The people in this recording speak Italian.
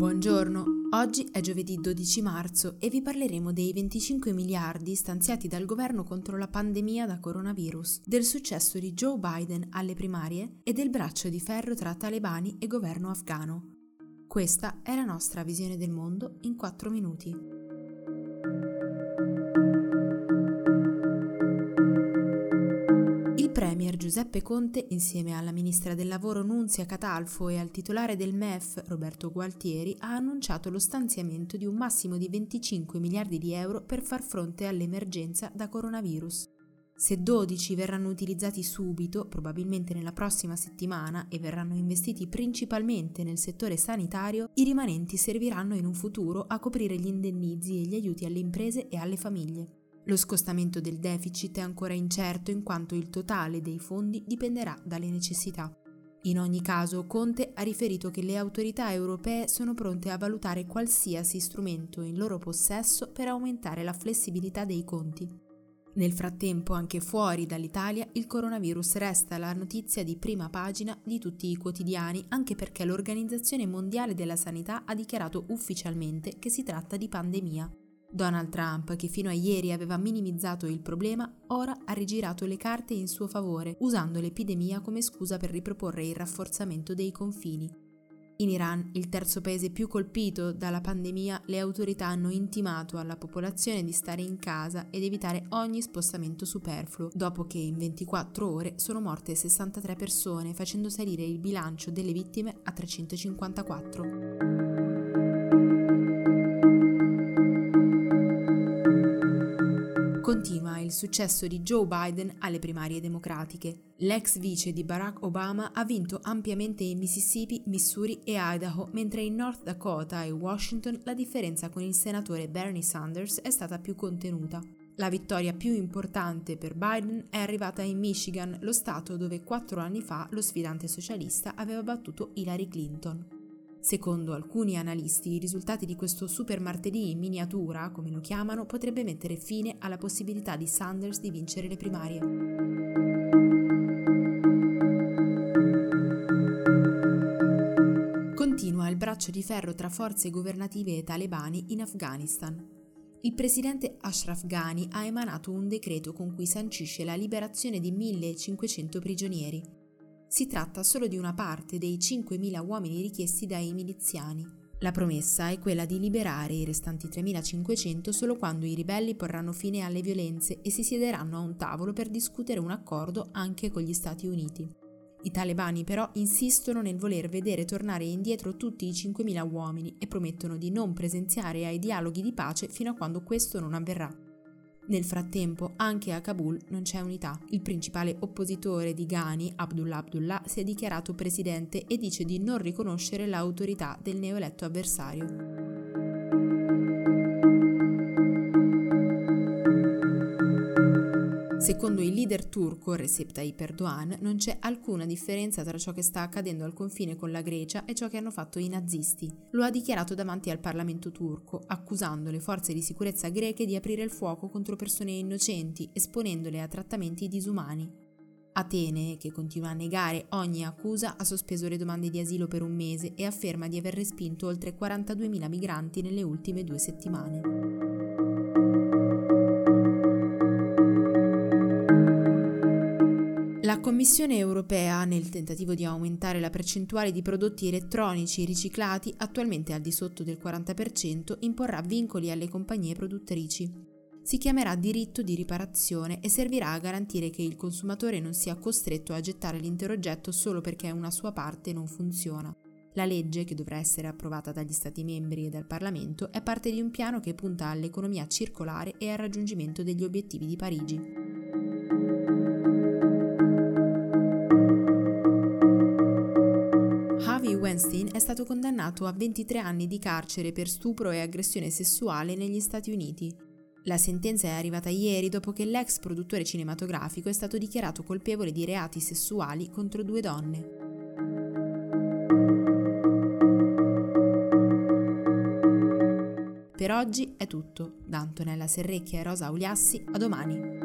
Buongiorno, oggi è giovedì 12 marzo e vi parleremo dei 25 miliardi stanziati dal governo contro la pandemia da coronavirus, del successo di Joe Biden alle primarie e del braccio di ferro tra talebani e governo afghano. Questa è la nostra visione del mondo in 4 minuti. Il premier Giuseppe Conte, insieme alla ministra del lavoro Nunzia Catalfo e al titolare del MEF Roberto Gualtieri, ha annunciato lo stanziamento di un massimo di 25 miliardi di euro per far fronte all'emergenza da coronavirus. Se 12 verranno utilizzati subito, probabilmente nella prossima settimana, e verranno investiti principalmente nel settore sanitario, i rimanenti serviranno in un futuro a coprire gli indennizzi e gli aiuti alle imprese e alle famiglie. Lo scostamento del deficit è ancora incerto in quanto il totale dei fondi dipenderà dalle necessità. In ogni caso, Conte ha riferito che le autorità europee sono pronte a valutare qualsiasi strumento in loro possesso per aumentare la flessibilità dei conti. Nel frattempo, anche fuori dall'Italia, il coronavirus resta la notizia di prima pagina di tutti i quotidiani, anche perché l'Organizzazione Mondiale della Sanità ha dichiarato ufficialmente che si tratta di pandemia. Donald Trump, che fino a ieri aveva minimizzato il problema, ora ha rigirato le carte in suo favore, usando l'epidemia come scusa per riproporre il rafforzamento dei confini. In Iran, il terzo paese più colpito dalla pandemia, le autorità hanno intimato alla popolazione di stare in casa ed evitare ogni spostamento superfluo, dopo che in 24 ore sono morte 63 persone, facendo salire il bilancio delle vittime a 354. Continua il successo di Joe Biden alle primarie democratiche. L'ex vice di Barack Obama ha vinto ampiamente in Mississippi, Missouri e Idaho, mentre in North Dakota e Washington la differenza con il senatore Bernie Sanders è stata più contenuta. La vittoria più importante per Biden è arrivata in Michigan, lo stato dove 4 anni fa lo sfidante socialista aveva battuto Hillary Clinton. Secondo alcuni analisti, i risultati di questo super martedì in miniatura, come lo chiamano, potrebbe mettere fine alla possibilità di Sanders di vincere le primarie. Continua il braccio di ferro tra forze governative e talebani in Afghanistan. Il presidente Ashraf Ghani ha emanato un decreto con cui sancisce la liberazione di 1.500 prigionieri. Si tratta solo di una parte dei 5.000 uomini richiesti dai miliziani. La promessa è quella di liberare i restanti 3.500 solo quando i ribelli porranno fine alle violenze e si siederanno a un tavolo per discutere un accordo anche con gli Stati Uniti. I talebani però insistono nel voler vedere tornare indietro tutti i 5.000 uomini e promettono di non presenziare ai dialoghi di pace fino a quando questo non avverrà. Nel frattempo, anche a Kabul non c'è unità. Il principale oppositore di Ghani, Abdullah Abdullah, si è dichiarato presidente e dice di non riconoscere l'autorità del neoeletto avversario. Secondo il leader turco Recep Tayyip Erdogan, non c'è alcuna differenza tra ciò che sta accadendo al confine con la Grecia e ciò che hanno fatto i nazisti. Lo ha dichiarato davanti al Parlamento turco, accusando le forze di sicurezza greche di aprire il fuoco contro persone innocenti, esponendole a trattamenti disumani. Atene, che continua a negare ogni accusa, ha sospeso le domande di asilo per un mese e afferma di aver respinto oltre 42.000 migranti nelle ultime 2 settimane. La Commissione europea, nel tentativo di aumentare la percentuale di prodotti elettronici riciclati, attualmente al di sotto del 40%, imporrà vincoli alle compagnie produttrici. Si chiamerà diritto di riparazione e servirà a garantire che il consumatore non sia costretto a gettare l'intero oggetto solo perché una sua parte non funziona. La legge, che dovrà essere approvata dagli Stati membri e dal Parlamento, è parte di un piano che punta all'economia circolare e al raggiungimento degli obiettivi di Parigi. Harvey Weinstein è stato condannato a 23 anni di carcere per stupro e aggressione sessuale negli Stati Uniti. La sentenza è arrivata ieri dopo che l'ex produttore cinematografico è stato dichiarato colpevole di reati sessuali contro 2 donne. Per oggi è tutto. Da Antonella Serrecchia e Rosa Auliassi, a domani.